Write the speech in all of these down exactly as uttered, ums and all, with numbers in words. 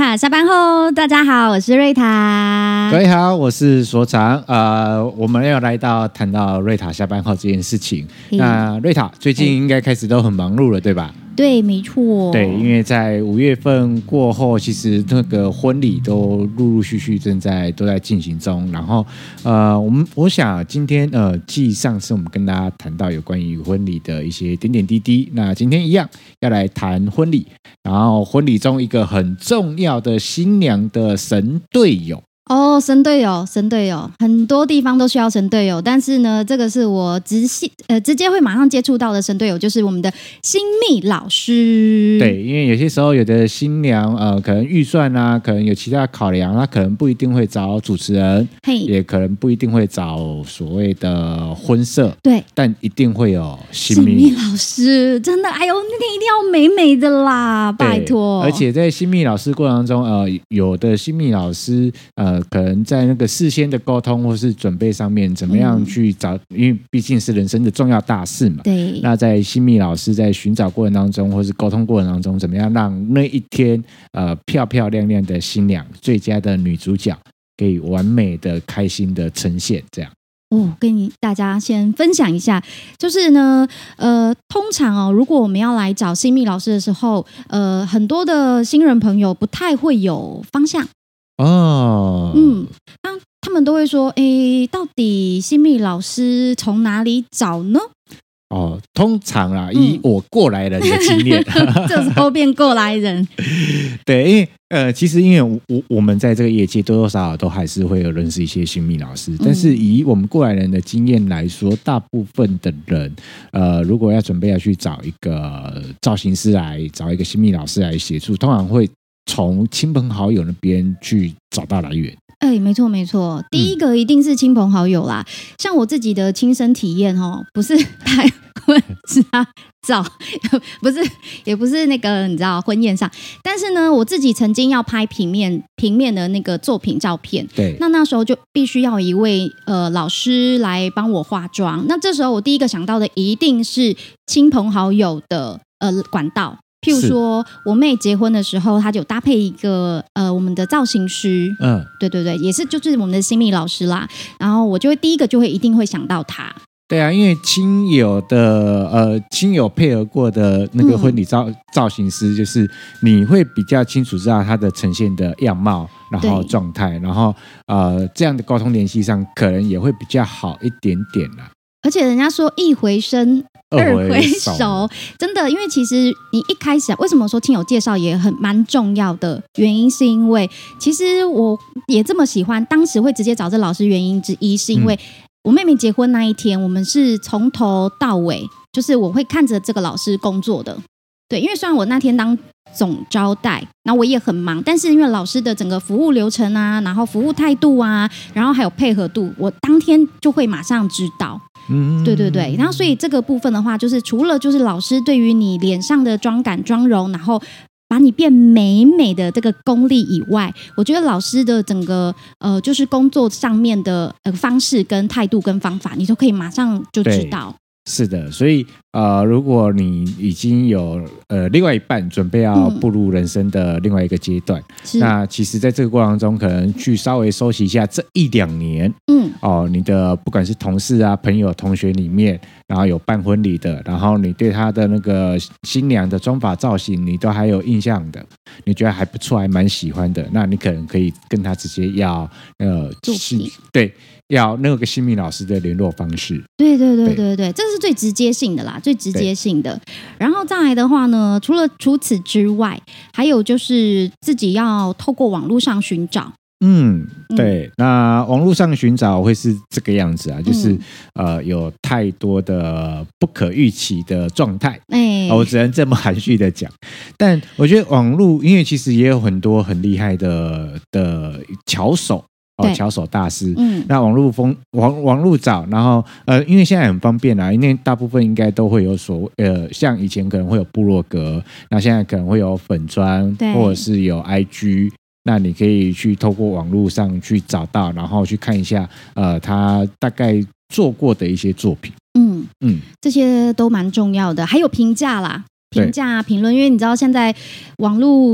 塔下班后，大家好，我是瑞塔。 各位好，我是所长。呃，我们要来到谈到瑞塔下班后这件事情。那瑞塔最近应该开始都很忙碌了，对吧？ 对，没错。 对，因为在五月份过后，其实那个婚礼都陆陆续续正在都在进行中。然后，呃，我们我想今天呃，继上次我们跟大家谈到有关于婚礼的一些点点滴滴，那今天一样要来谈婚礼。然后婚礼中一个很重要的新娘的神队友。 哦，神队友，神队友，很多地方都需要神队友，但是呢，这个是我直系呃直接会马上接触到的神队友，就是我们的新秘老师。 对，因为有些时候有的新娘呃，可能预算啊，可能有其他考量，她可能不一定会找主持人，也可能不一定会找所谓的婚摄， 对， 但一定会有新秘新秘老师，真的，哎呦，那天一定要美美的啦，拜托。 而且在新秘老师过程当中，呃，有的新秘老师呃。可能在那个事先的沟通或是准备上面，怎么样去找？嗯、因为毕竟是人生的重要大事嘛。 对。 那在新秘老师在寻找过程当中，或是沟通过程当中，怎么样让那一天呃漂漂亮亮的新娘、最佳的女主角，可以完美的、开心的呈现？这样。 哦，跟大家先分享一下，就是呢，呃，通常哦，如果我们要来找新秘老师的时候，呃，很多的新人朋友不太会有方向。 哦， 嗯，那他们都会说，哎，到底新秘老师从哪里找呢？ 哦，通常啦，以我过来人的经验， 这时候变过来人。 对，因为呃，其实因为我我们在这个业界多多少少都还是会有认识一些新秘老师，但是以我们过来人的经验来说，大部分的人，呃，如果要准备要去找一个造型师来找一个新秘老师来协助，通常会从亲朋好友那边去找到来源。 哎，没错没错，第一个一定是亲朋好友啦。嗯、像我自己的亲身体验哦，不是拍婚纱照，不是也不是那个你知道婚宴上，但是呢，我自己曾经要拍平面平面的那个作品照片， 对， 那那时候就必须要一位呃老师来帮我化妆。那这时候我第一个想到的一定是亲朋好友的呃管道。譬如说我妹结婚的时候，她就搭配一个呃我们的造型师，嗯，对对对，也是就是我们的新秘老师啦。然后我就会第一个就会一定会想到他。 对啊，因为亲友的呃亲友配合过的那个婚礼造、嗯、造型师，就是你会比较清楚知道他的呈现的样貌，然后状态，然后呃这样的沟通联系上可能也会比较好一点点啦。 而且人家说一回生二回熟，真的，因为其实你一开始啊，为什么说亲友介绍也很蛮重要的原因，是因为其实我也这么喜欢，当时会直接找这老师原因之一，是因为我妹妹结婚那一天，我们是从头到尾，就是我会看着这个老师工作的。对，因为虽然我那天当总招待，然后我也很忙，但是因为老师的整个服务流程啊，然后服务态度啊，然后还有配合度，我当天就会马上知道。嗯，对对对，然后所以这个部分的话，就是除了就是老师对于你脸上的妆感、妆容，然后把你变美美的这个功力以外，我觉得老师的整个呃，就是工作上面的呃方式跟态度跟方法，你都可以马上就知道。 是的，所以呃，如果你已经有呃另外一半准备要步入人生的另外一个阶段，嗯、那其实在这个过程中，可能去稍微收集一下这一两年，嗯，哦，你的不管是同事啊、朋友、同学里面，然后有办婚礼的，然后你对他的那个新娘的妆发造型，你都还有印象的，你觉得还不错，还蛮喜欢的，那你可能可以跟他直接要呃，对。要那个新秘老师的联络方式， 对对对对对，这是最直接性的啦，最直接性的。然后再来的话呢，除了除此之外，还有就是自己要透过网络上寻找。嗯， 对，嗯、那网络上寻找会是这个样子啊，就是、嗯、呃有太多的不可预期的状态，哎、我只能这么含蓄的讲。但我觉得网络，因为其实也有很多很厉害的的巧手。哦，巧手大师，嗯，那网络风网网络找，然后呃，因为现在很方便啦，因为大部分应该都会有所呃，像以前可能会有部落格，那现在可能会有粉专，或者是有 I G， 那你可以去透过网络上去找到，然后去看一下呃，他大概做过的一些作品， 嗯嗯，这些都蛮重要的，还有评价啦。评价评论，因为你知道现在网络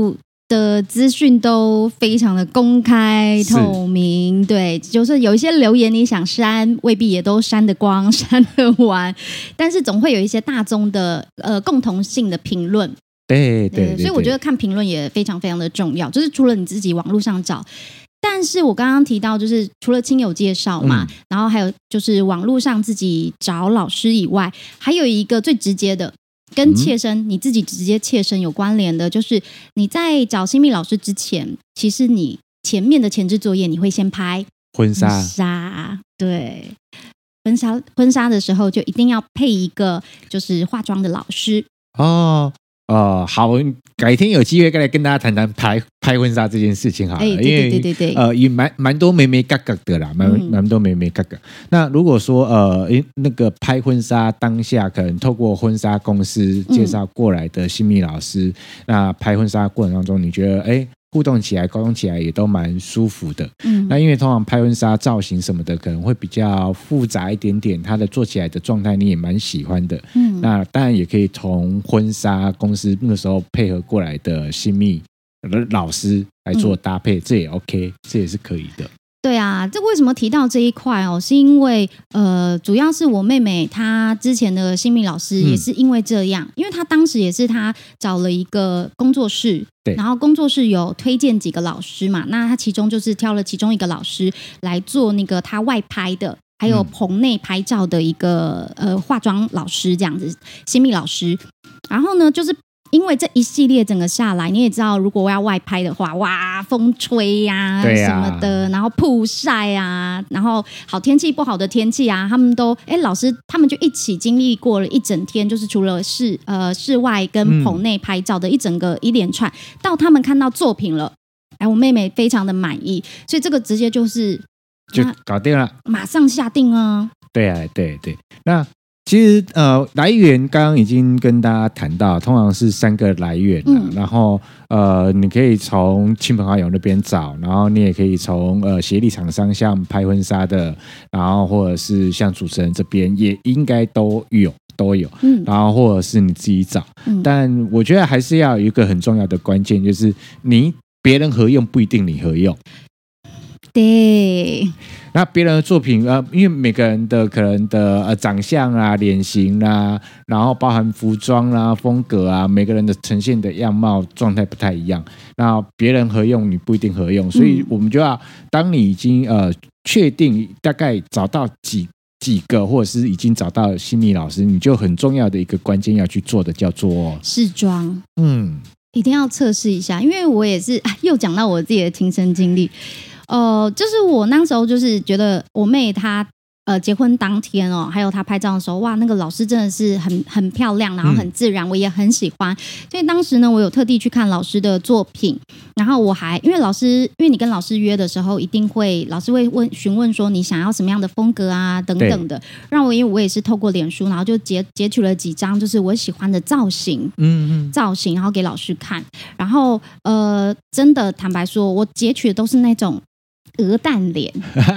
的资讯都非常的公开透明，对，就是有一些留言你想删，未必也都删得光、删得完，但是总会有一些大众的呃共同性的评论。 对 对, 对, 对, 对， 所以我觉得看评论也非常非常的重要，就是除了你自己网络上找。但是我刚刚提到，就是除了亲友介绍嘛、嗯，然后还有就是网络上自己找老师以外，还有一个最直接的，跟切身、嗯、你自己直接切身有关联的，就是你在找新秘老师之前，其实你前面的前置作业，你会先拍婚纱， 婚纱，对，婚纱婚纱的时候就一定要配一个就是化妆的老师哦。哦，好，改天有机会再来跟大家谈谈拍拍婚纱这件事情好了， 欸、对对对对对， 因为呃也蛮蛮多眉眉角角的啦，蛮蛮多眉眉角角。那如果说呃那个拍婚纱当下可能透过婚纱公司介绍过来的新秘老师，嗯、那拍婚纱过程当中，你觉得哎？互动起来沟通起来也都蛮舒服的、嗯、那因为通常拍婚纱造型什么的可能会比较复杂一点点，它的做起来的状态你也蛮喜欢的、嗯、那当然也可以从婚纱公司那个时候配合过来的新秘老师来做搭配、嗯、这也 OK， 这也是可以的。 对啊，这为什么提到这一块哦？是因为呃，主要是我妹妹她之前的新秘老师也是因为这样、嗯，因为她当时也是她找了一个工作室，对，然后工作室有推荐几个老师嘛，那她其中就是挑了其中一个老师来做那个她外拍的，还有棚内拍照的一个、嗯、呃化妆老师这样子，新秘老师，然后呢就是。因为这一系列整个下来，你也知道，如果我要外拍的话，哇，风吹呀、啊、什么的，然后曝晒啊，然后好天气不好的天气啊，他们都哎，老师他们就一起经历过了一整天，就是除了室呃室外跟棚内拍照的一整个一连串，嗯、到他们看到作品了，哎，我妹妹非常的满意，所以这个直接就是就搞定了， 马上下定啊。 对啊，对对，那。其实呃，来源刚刚已经跟大家谈到，通常是三个来源、啊嗯、然后呃，你可以从亲朋好友那边找，然后你也可以从呃协力厂商，像拍婚纱的，然后或者是像主持人这边也应该都有都有、嗯，然后或者是你自己找、嗯，但我觉得还是要有一个很重要的关键，就是你别人合用不一定你合用。 对， 那别人的作品，呃，因为每个人的可能的呃长相啊、脸型啊，然后包含服装啊、风格啊，每个人的呈现的样貌状态不太一样。那别人合用，你不一定合用，所以我们就要，当你已经呃确定大概找到几几个，或者是已经找到新秘老师，你就很重要的一个关键要去做的叫做试妆， 嗯， 一定要测试一下，因为我也是又讲到我自己的亲身经历。呃，就是我那时候就是觉得我妹她呃结婚当天哦，还有她拍照的时候，哇，那个老师真的是很很漂亮，然后很自然，嗯、我也很喜欢。所以当时呢，我有特地去看老师的作品，然后我还因为老师，因为你跟老师约的时候，一定会老师会问询问说你想要什么样的风格啊等等的，让我因为我也是透过脸书，然后就截截取了几张就是我喜欢的造型，嗯嗯，造型，然后给老师看，然后呃，真的坦白说，我截取的都是那种。鹅蛋脸，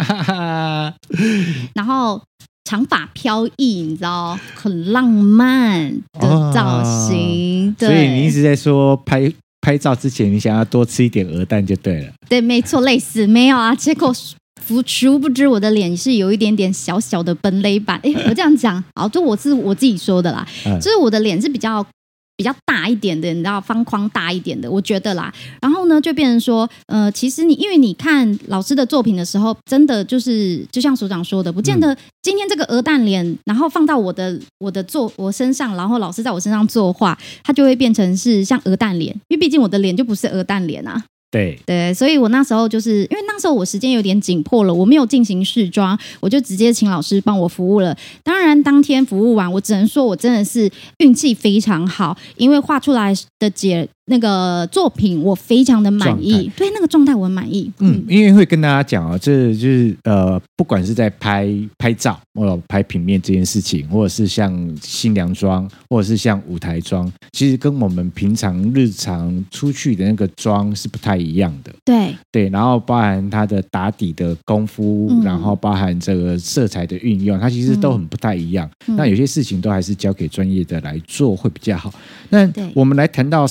然后长发飘逸，你知道，很浪漫的造型。哦、对， 所以你一直在说拍拍照之前，你想要多吃一点鹅蛋就对了。 对，没错，类似没有啊。结果殊不知我的脸是有一点点小小的本垒板。哎，我这样讲，好，就我是我自己说的啦，嗯、就是我的脸是比较。比较大一点的，你知道方框大一点的，我觉得啦。然后呢，就变成说，呃，其实你因为你看老师的作品的时候，真的就是就像所长说的，不见得今天这个鹅蛋脸，然后放到我的我的作我身上，然后老师在我身上作画，它就会变成是像鹅蛋脸，因为毕竟我的脸就不是鹅蛋脸啊。 对对，所以我那时候就是因为那时候我时间有点紧迫了，我没有进行试妆，我就直接请老师帮我服务了。当然当天服务完，我只能说我真的是运气非常好，因为画出来的解那个作品我非常的满意，对那个状态我很满意。 嗯，因为会跟大家讲哦，这就是呃，不管是在拍拍照或者拍平面这件事情，或者是像新娘妆，或者是像舞台妆，其实跟我们平常日常出去的那个妆是不太一样的。 对对，然后包含它的打底的功夫，嗯、然后包含这个色彩的运用，它其实都很不太一样。嗯、那有些事情都还是交给专业的来做会比较好。那我们来谈到试妆这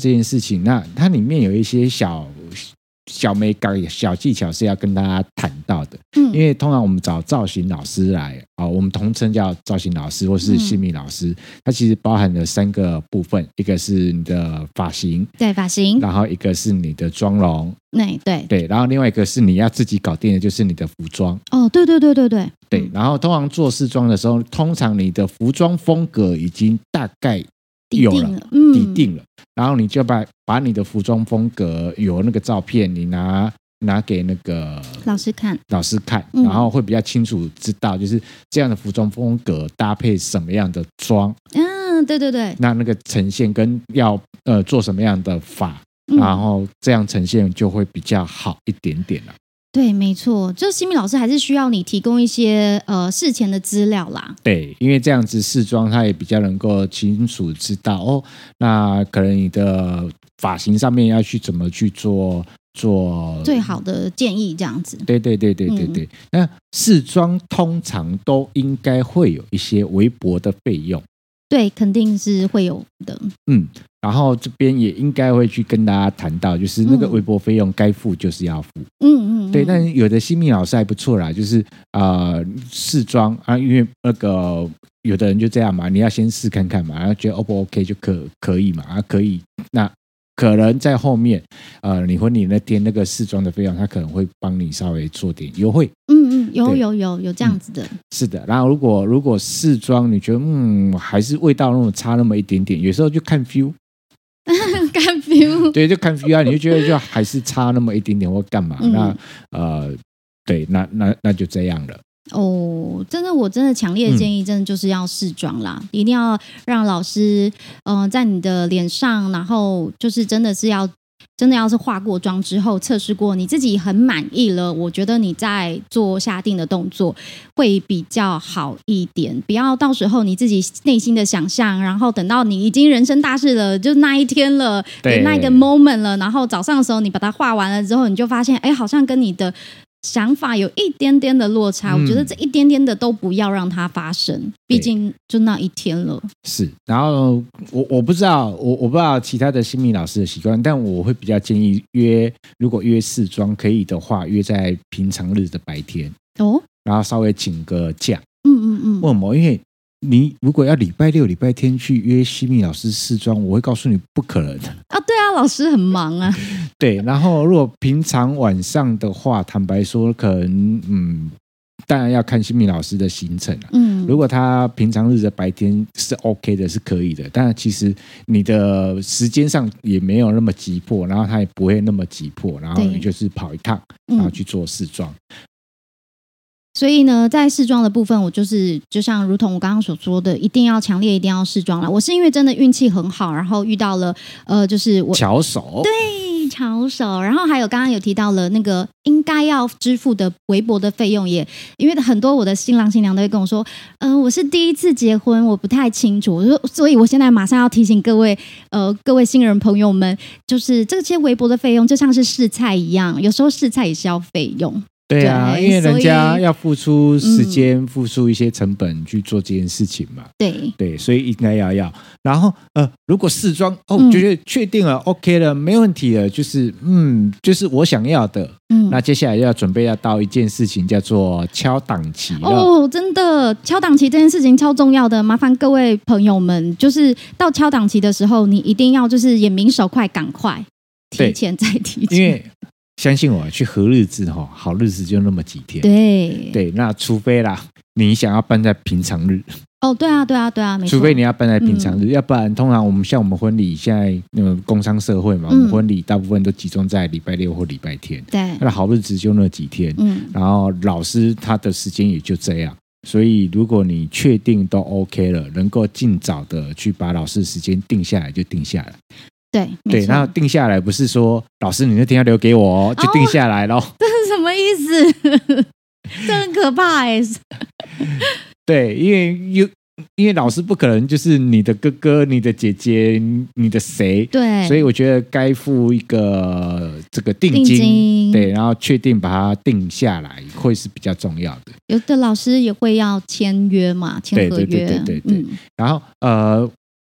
这件事情，那它里面有一些小小美感、小技巧是要跟大家谈到的。嗯，因为通常我们找造型老师来啊、哦，我们统称叫造型老师或是性命老师、嗯，它其实包含了三个部分，一个是你的发型， 对发型， 然后一个是你的妆容， 对对对，然后另外一个是你要自己搞定的，就是你的服装。 哦，对对对对对对，嗯、然后通常做试妆的时候，通常你的服装风格已经大概有了，底定了，嗯、底定了，然后你就把把你的服装风格有那个照片，你拿拿给那个老师看， 老师看，然后会比较清楚知道，就是这样的服装风格搭配什么样的妆， 嗯，对对对， 那那个呈现跟要呃做什么样的发，嗯、然后这样呈现就会比较好一点点了。 对，没错，就新民老师还是需要你提供一些呃事前的资料啦。 对，因为这样子试妆，他也比较能够清楚知道哦，那可能你的发型上面要去怎么去做做最好的建议，这样子。 对对对对对对。嗯、那试妆通常都应该会有一些微薄的费用。 对，肯定是会有的。 嗯，然后这边也应该会去跟大家谈到，就是那个微薄费用该付就是要付。嗯嗯，对。但有的新秘老师还不错啦，就是呃试妆啊，因为那个有的人就这样嘛，你要先试看看嘛，然后觉得 O 不 OK 就可可以嘛，啊可以，那可能在后面呃你婚礼那天那个试妆的费用，他可能会帮你稍微做点优惠。 嗯嗯，有有有有这样子的、嗯， 是的。然后如果如果试妆你觉得嗯还是味道那么差那么一点点，有时候就看 feel， 看 feel， 对，就看 feel 啊，你就觉得就还是差那么一点点或干嘛，嗯、那呃对，那那那就这样了。 哦，真的，我真的强烈的建议，真的就是要试妆啦，嗯、一定要让老师，嗯、呃，在你的脸上，然后就是真的是要。真的要是化过妆之后测试过你自己很满意了，我觉得你在做下定的动作会比较好一点，不要到时候你自己内心的想象，然后等到你已经人生大事了，就那一天了，对那个 moment 了，然后早上的时候你把它画完了之后，你就发现哎，好像跟你的想法有一点点的落差、嗯、我觉得这一点点的都不要让它发生，毕竟就那一天了。 是，然后我我不知道我我不知道其他的新秘老师的习惯，但我会比较建议约，如果约试妆可以的话，约在平常日的白天哦，然后稍微请个假。嗯嗯嗯，为什么？因为你如果要礼拜六、礼拜天去约新秘老师试妆，我会告诉你不可能啊！对啊，老师很忙啊。 对，然后如果平常晚上的话，坦白说，可能嗯，当然要看新秘老师的行程了。嗯，如果他平常日的白天是 OK 的，是可以的，但其实你的时间上也没有那么急迫，然后他也不会那么急迫，然后你就是跑一趟，然后去做试妆。 所以呢，在试妆的部分，我就是就像如同我刚刚所说的，一定要强烈，一定要试妆了。我是因为真的运气很好，然后遇到了呃，就是我巧手， 对，巧手。然后还有刚刚有提到了那个应该要支付的微薄的费用，也因为很多我的新郎新娘都会跟我说，嗯、呃，我是第一次结婚，我不太清楚，我说，所以我现在马上要提醒各位呃各位新人朋友们，就是这些微薄的费用就像是试菜一样，有时候试菜也是要费用。 对啊，对，因为人家要付出时间、嗯、付出一些成本去做这件事情嘛。 对对，所以应该要要。然后呃，如果试妆哦，嗯、觉得确定了 ，OK 了，没问题了，就是嗯，就是我想要的。嗯，那接下来要准备要到一件事情，叫做敲档期了。 哦，真的，敲档期这件事情超重要的，麻烦各位朋友们，就是到敲档期的时候，你一定要就是眼明手快，赶快提前再提前， 因为。相信我，去和日子哈，好日子就那么几天。 对对，那除非啦，你想要办在平常日。 哦，对啊，对啊，对啊，没错。 除非你要办在平常日，嗯、要不然通常我们像我们婚礼现在那个工商社会嘛，嗯、我们婚礼大部分都集中在礼拜六或礼拜天。 对， 那好日子就那几天。嗯，然后老师他的时间也就这样，所以如果你确定都 OK 了，能够尽早的去把老师的时间定下来，就定下来。 对对，然后定下来不是说老师你那天要留给我哦，就定下来咯。 这是什么意思？这很可怕哎、欸。 对，因为有因为老师不可能就是你的哥哥、你的姐姐、你的谁， 对， 所以我觉得该付一个这个定金，定金对，然后确定把它定下来会是比较重要的。 有的老师也会要签约嘛，签合约， 对对对对对对。嗯、然后呃。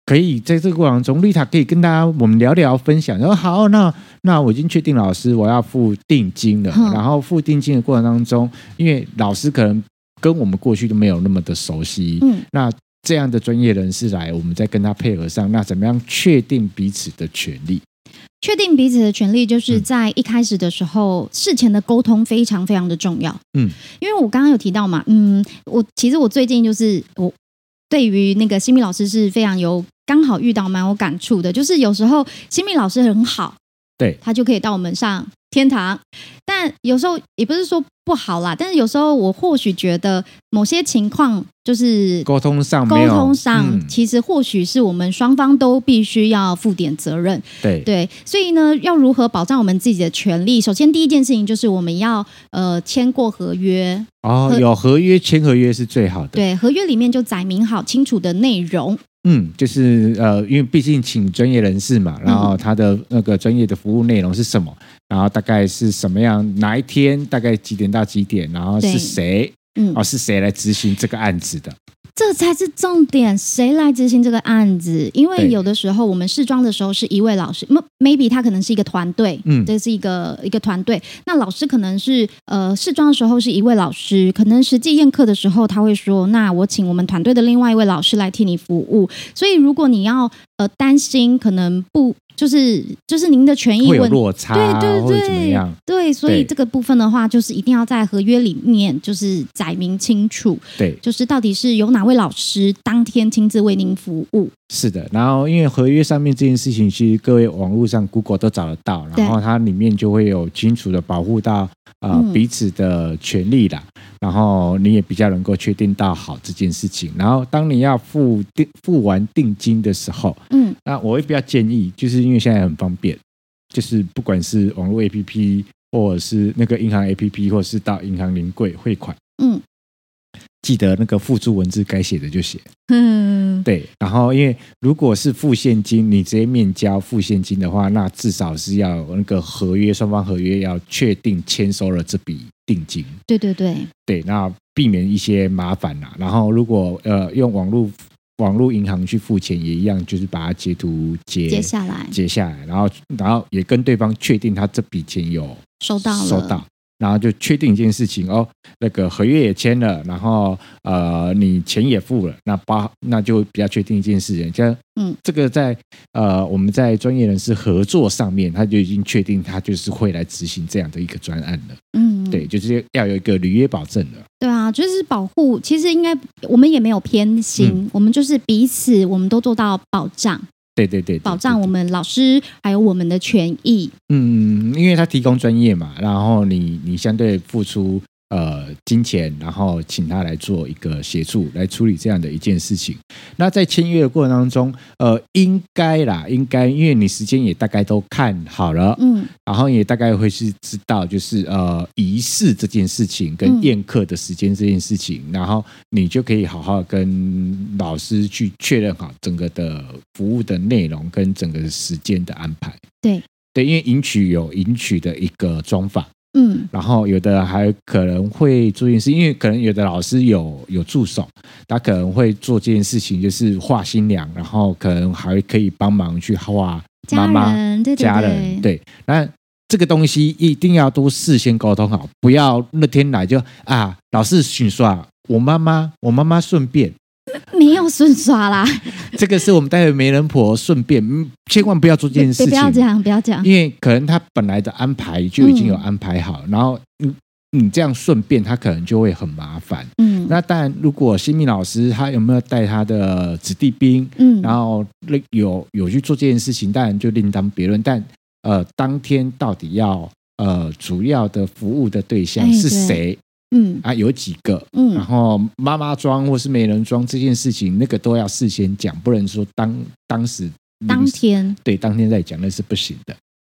可以在这个过程中，丽塔可以跟大家我们聊聊分享。然后好，那那我已经确定老师我要付定金了，嗯、然后付定金的过程当中，因为老师可能跟我们过去都没有那么的熟悉，嗯，那这样的专业人士来，我们再跟他配合上，那怎么样确定彼此的权利？ 确定彼此的权利，就是在一开始的时候，嗯、事前的沟通非常非常的重要。嗯，因为我刚刚有提到嘛，嗯，我其实我最近就是我对于那个新秘老师是非常有刚好遇到蛮有感触的，就是有时候新秘老师很好， 对， 他就可以到我们上天堂，但有时候也不是说不好啦，但是有时候我或许觉得某些情况就是沟通上没有， 沟通上、嗯、其实或许是我们双方都必须要负点责任， 对对，所以呢，要如何保障我们自己的权利？首先第一件事情就是我们要呃签过合约哦，有合约签合约是最好的， 对，合约里面就载明好清楚的内容。 嗯，就是呃，因为毕竟请专业人士嘛，然后他的那个专业的服务内容是什么，然后大概是什么样，哪一天大概几点到几点，然后是谁，嗯，哦，是谁来执行这个案子的？ 这才是重点，谁来执行这个案子？因为有的时候我们试妆的时候是一位老师 ，maybe 他可能是一个团队，嗯，这是一个一个团队。那老师可能是呃试妆的时候是一位老师，可能实际验课的时候他会说，那我请我们团队的另外一位老师来替你服务。所以如果你要呃担心可能不。就是就是您的权益会有落差， 对对对， 或者怎么样？ 对，所以这个部分的话，就是一定要在合约里面就是载明清楚， 对， 就是到底是由哪位老师当天亲自为您服务。 是的，然后因为合约上面这件事情，其实各位网络上 Google 都找得到，然后它里面就会有清楚的保护到呃、嗯、彼此的权利啦，然后你也比较能够确定到好这件事情。然后当你要付定付完定金的时候，嗯，那我会比较建议，就是因为现在很方便，就是不管是网络 A P P 或者是那个银行 A P P， 或者是到银行临柜汇款，嗯。记得那个附注文字该写的就写，嗯，对。然后因为如果是付现金，你直接面交付现金的话，那至少是要有那个合约，双方合约要确定签收了这笔定金。 对对对， 对，那避免一些麻烦啦。然后如果呃用网络网络银行去付钱也一样，就是把它截图截截下来， 截下来，然后然后也跟对方确定他这笔钱有收到了， 收到。然后就确定一件事情哦，那个合约也签了，然后呃你钱也付了，那包那就比较确定一件事情，像嗯这个在呃我们在专业人士合作上面，他就已经确定他就是会来执行这样的一个专案了，嗯，对，就是要有一个履约保证了。 对啊，就是保护，其实应该我们也没有偏心，嗯、我们就是彼此我们都做到保障。 对对 对, 对， 保障我们老师还有我们的权益。 嗯，因为他提供专业嘛，然后你你相对付出呃金钱，然后请他来做一个协助，来处理这样的一件事情。那在签约的过程当中，呃，应该啦，应该，因为你时间也大概都看好了，嗯，然后也大概会是知道，就是呃仪式这件事情跟宴客的时间这件事情，嗯、然后你就可以好好跟老师去确认好整个的服务的内容跟整个时间的安排。 对对，因为迎娶有迎娶的一个妆法。嗯，然后有的还可能会做一件事，因为可能有的老师有有助手，他可能会做这件事情，就是画新娘，然后可能还可以帮忙去画妈妈、 家人，对对对家人，对。那这个东西一定要都事先沟通好，不要那天来就啊，老师训刷我妈妈，我妈妈顺便。 没有顺刷啦， 这个是我们待会媒人婆顺便，千万不要做这件事情， 不要这样，不要这样， 因为可能他本来的安排就已经有安排好，嗯、然后你你这样顺便，他可能就会很麻烦。嗯，那当然，如果新秘老师他有没有带他的子弟兵，嗯，然后有有去做这件事情，当然就另当别论。但呃，当天到底要呃主要的服务的对象是谁？哎嗯啊，有几个，嗯，然后妈妈妆或是媒人妆这件事情，那个都要事先讲，不能说当当时当天， 对，当天再讲那是不行的。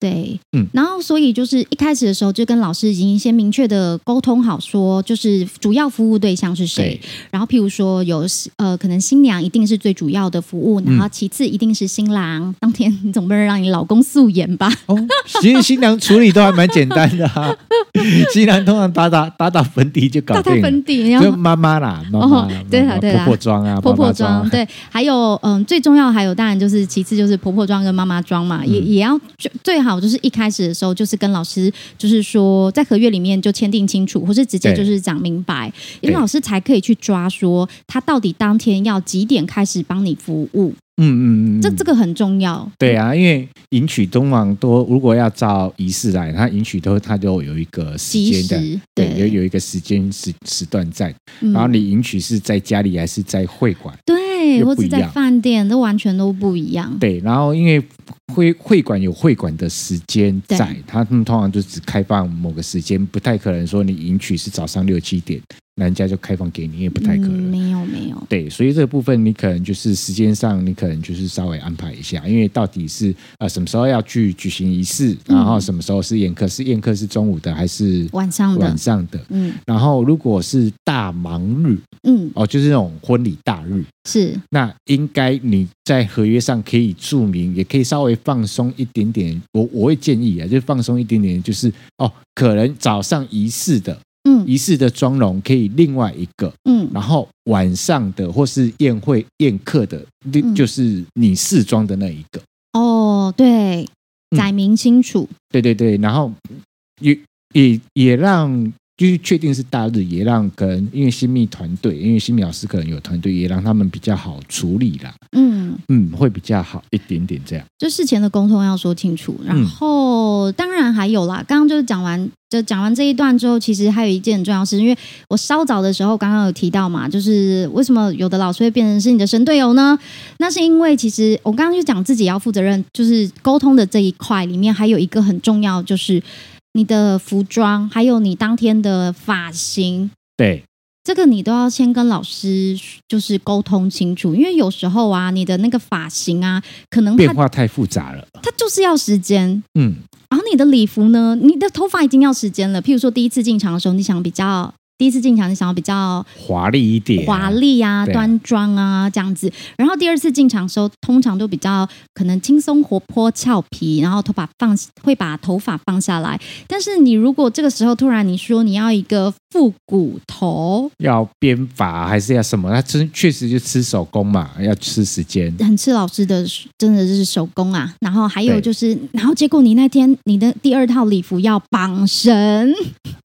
对，嗯，然后所以就是一开始的时候就跟老师已经先明确的沟通好说，就是主要服务对象是谁，然后譬如说有呃可能新娘一定是最主要的服务，然后其次一定是新郎，嗯、当天你总不能让你老公素颜吧？哦， 其实新娘处理都还蛮简单的啊，新娘通常打打打打粉底就搞定了，打打粉底，就妈妈啦，妈妈、哦， 对啦对啦， 婆婆妆啊， 婆婆妆，对，还有嗯最重要还有当然就是其次就是婆婆妆跟妈妈妆嘛，嗯、也也要最好。就是一开始的时候，就是跟老师，就是说在合约里面就签订清楚，或是直接就是讲明白，因为老师才可以去抓说他到底当天要几点开始帮你服务。嗯嗯嗯，这这个很重要。 对啊，因为迎娶通常都如果要照仪式来，他迎娶都他都有一个时间的，对，有有一个时间时时段在。嗯、然后你迎娶是在家里还是在会馆？ 对，或者在饭店，都完全都不一样。 对，然后因为会会馆有会馆的时间在，他们通常就只开放某个时间，不太可能说你迎娶是早上六七点。人家就开放给你，也不太可能。 嗯、没有没有。 对，所以这个部分你可能就是时间上，你可能就是稍微安排一下，因为到底是呃什么时候要去举行仪式，然后什么时候是宴客，是宴客是中午的还是晚上的？ 晚上的。嗯。然后如果是大忙日，嗯，哦，就是那种婚礼大日， 是。 那应该你在合约上可以注明，也可以稍微放松一点点。我我会建议啊，就是放松一点点，就是哦，可能早上仪式的。嗯，仪式的妆容可以另外一个，嗯，然后晚上的或是宴会宴客的，嗯、就是你试妆的那一个。 哦，对，载明清楚。 嗯、对对对，然后也也也让就是确定是大日，也让可能因为新秘团队，因为新秘老师可能有团队，也让他们比较好处理啦。嗯嗯，会比较好一点点这样。 就事前的沟通要说清楚，然后、嗯、当然还有啦，刚刚就是讲完。就讲完这一段之后，其实还有一件很重要的事，因为我稍早的时候刚刚有提到嘛，就是为什么有的老师会变成是你的神队友呢？那是因为其实我刚刚就讲自己要负责任，就是沟通的这一块里面还有一个很重要，就是你的服装，还有你当天的发型。 对。 这个你都要先跟老师就是沟通清楚，因为有时候啊，你的那个发型啊，可能变化太复杂了， 它就是要时间。嗯，然后你的礼服呢，你的头发已经要时间了。譬如说第一次进场的时候，你想比较第一次进场，你想要比较华丽一点， 华丽啊，端庄啊这样子。然后第二次进场的时候，通常都比较可能轻松活泼俏皮，然后头发放会把头发放下来。但是你如果这个时候突然你说你要一个复古头， 要编发还是要什么？他真确实就吃手工嘛，要吃时间， 很吃老师的，真的是手工啊。然后还有就是，然后结果你那天你的第二套礼服要绑绳，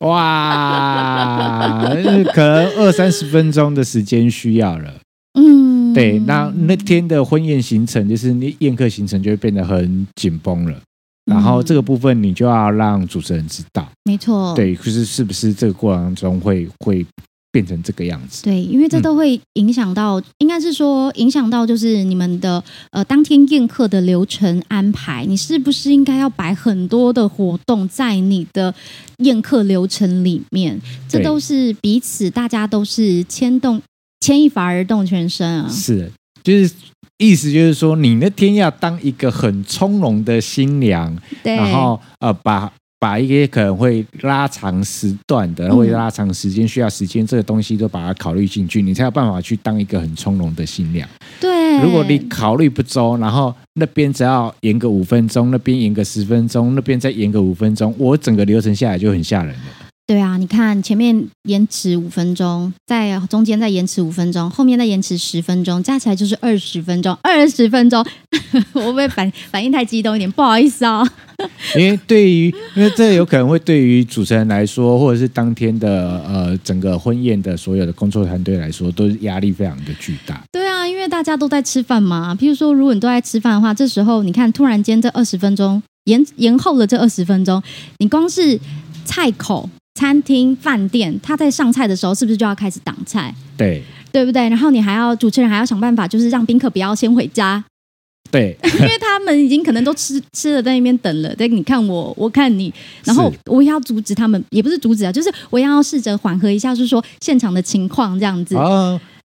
哇！可能二三十分钟的时间需要了，嗯，对，那那天的婚宴行程就是那宴客行程就会变得很紧绷了，然后这个部分你就要让主持人知道， 没错， 对，就是是不是这个过程中会会变成这个样子？ 对，因为这都会影响到，嗯、应该是说影响到就是你们的呃当天宴客的流程安排，你是不是应该要摆很多的活动在你的宴客流程里面？这都是彼此大家都是牵动牵一发而动全身啊！ 是，就是意思就是说，你那天要当一个很从容的新娘， 对， 然后呃把。把一些可能会拉长时段的、会拉长时间、需要时间这个东西都把它考虑进去，你才有办法去当一个很从容的新娘。 对， 如果你考虑不周，然后那边只要延个五分钟，那边延个十分钟，那边再延个五分钟，我整个流程下来就很吓人了。 对啊，你看前面延迟五分钟，在中间再延迟五分钟，后面再延迟十分钟，加起来就是二十分钟。二十分钟，我会不会反反应太激动一点？不好意思啊、哦。 因为对于，因为这有可能会对于主持人来说，或者是当天的呃整个婚宴的所有的工作团队来说，都是压力非常的巨大。 对啊，因为大家都在吃饭嘛。譬如说，如果你都在吃饭的话，这时候你看，突然间这二十分钟延延后了这二十分钟，你光是菜口。餐厅、饭店，他在上菜的时候，是不是就要开始挡菜？ 对， 对不对？然后你还要主持人还要想办法，就是让宾客不要先回家。 对， 因为他们已经可能都吃吃了，在那边等了。但你看我，我看你，然后我要阻止他们，也不是阻止啊，就是我要试着缓和一下，就是说现场的情况这样子。 哦，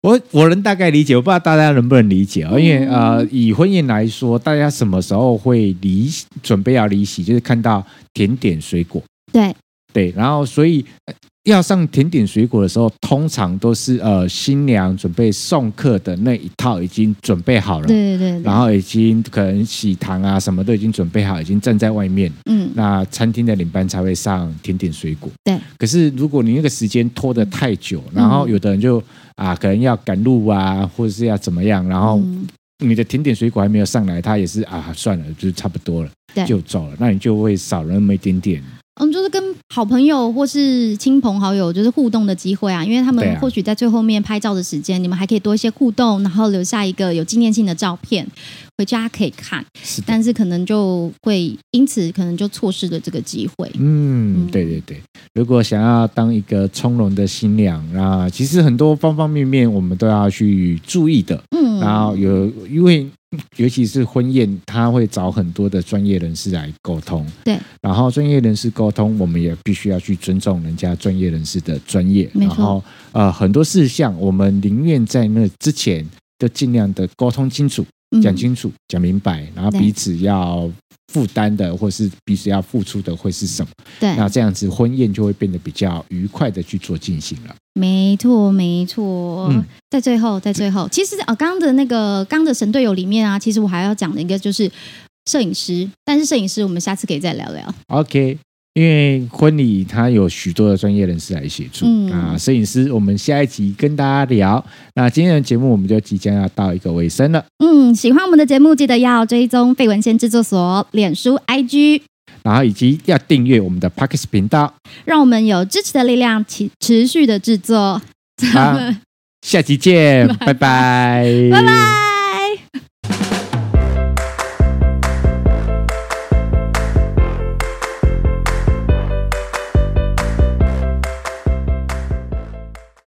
我我能大概理解，我不知道大家能不能理解哦。因为呃，以婚宴来说，大家什么时候会离准备要离席，就是看到甜点水果。 对对，然后所以要上甜点水果的时候，通常都是呃新娘准备送客的那一套已经准备好了， 对 对, 对, 对， 然后已经可能喜糖啊什么都已经准备好，已经站在外面。嗯，那餐厅的领班才会上甜点水果。 对， 可是如果你那个时间拖得太久，然后有的人就啊可能要赶路啊，或者是要怎么样，然后你的甜点水果还没有上来，他也是啊算了，就差不多了，就走了，那你就会少了那么一点点。 嗯，就是跟好朋友或是亲朋好友就是互动的机会啊，因为他们或许在最后面拍照的时间，你们还可以多一些互动，然后留下一个有纪念性的照片，回家可以看。是，但是可能就会因此可能就错失了这个机会。 嗯，对对对，如果想要当一个从容的新娘啊，其实很多方方面面我们都要去注意的。嗯，然后有因为。尤其是婚宴，他会找很多的专业人士来沟通。 对， 然后专业人士沟通，我们也必须要去尊重人家专业人士的专业。 没错。 然后呃，很多事项我们宁愿在那之前就尽量的沟通清楚、讲清楚、讲明白，然后彼此要负担的或是彼此要付出的会是什么？ 对， 那这样子婚宴就会变得比较愉快的去做进行了。 没错，没错。嗯，在最后，在最后，其实啊，刚刚的那个刚的神队友里面啊，其实我还要讲的一个就是摄影师，但是摄影师我们下次可以再聊聊。 OK， 因为婚礼它有许多的专业人士来协助，嗯，啊，摄影师我们下一集跟大家聊。那今天的节目我们就即将要到一个尾声了。 嗯，喜欢我们的节目，记得要追踪废文献制作所脸书 I G。 然后以及要订阅我们的 Podcast 频道， 让我们有支持的力量，持续的制作。 好，下期见，拜拜， 拜拜。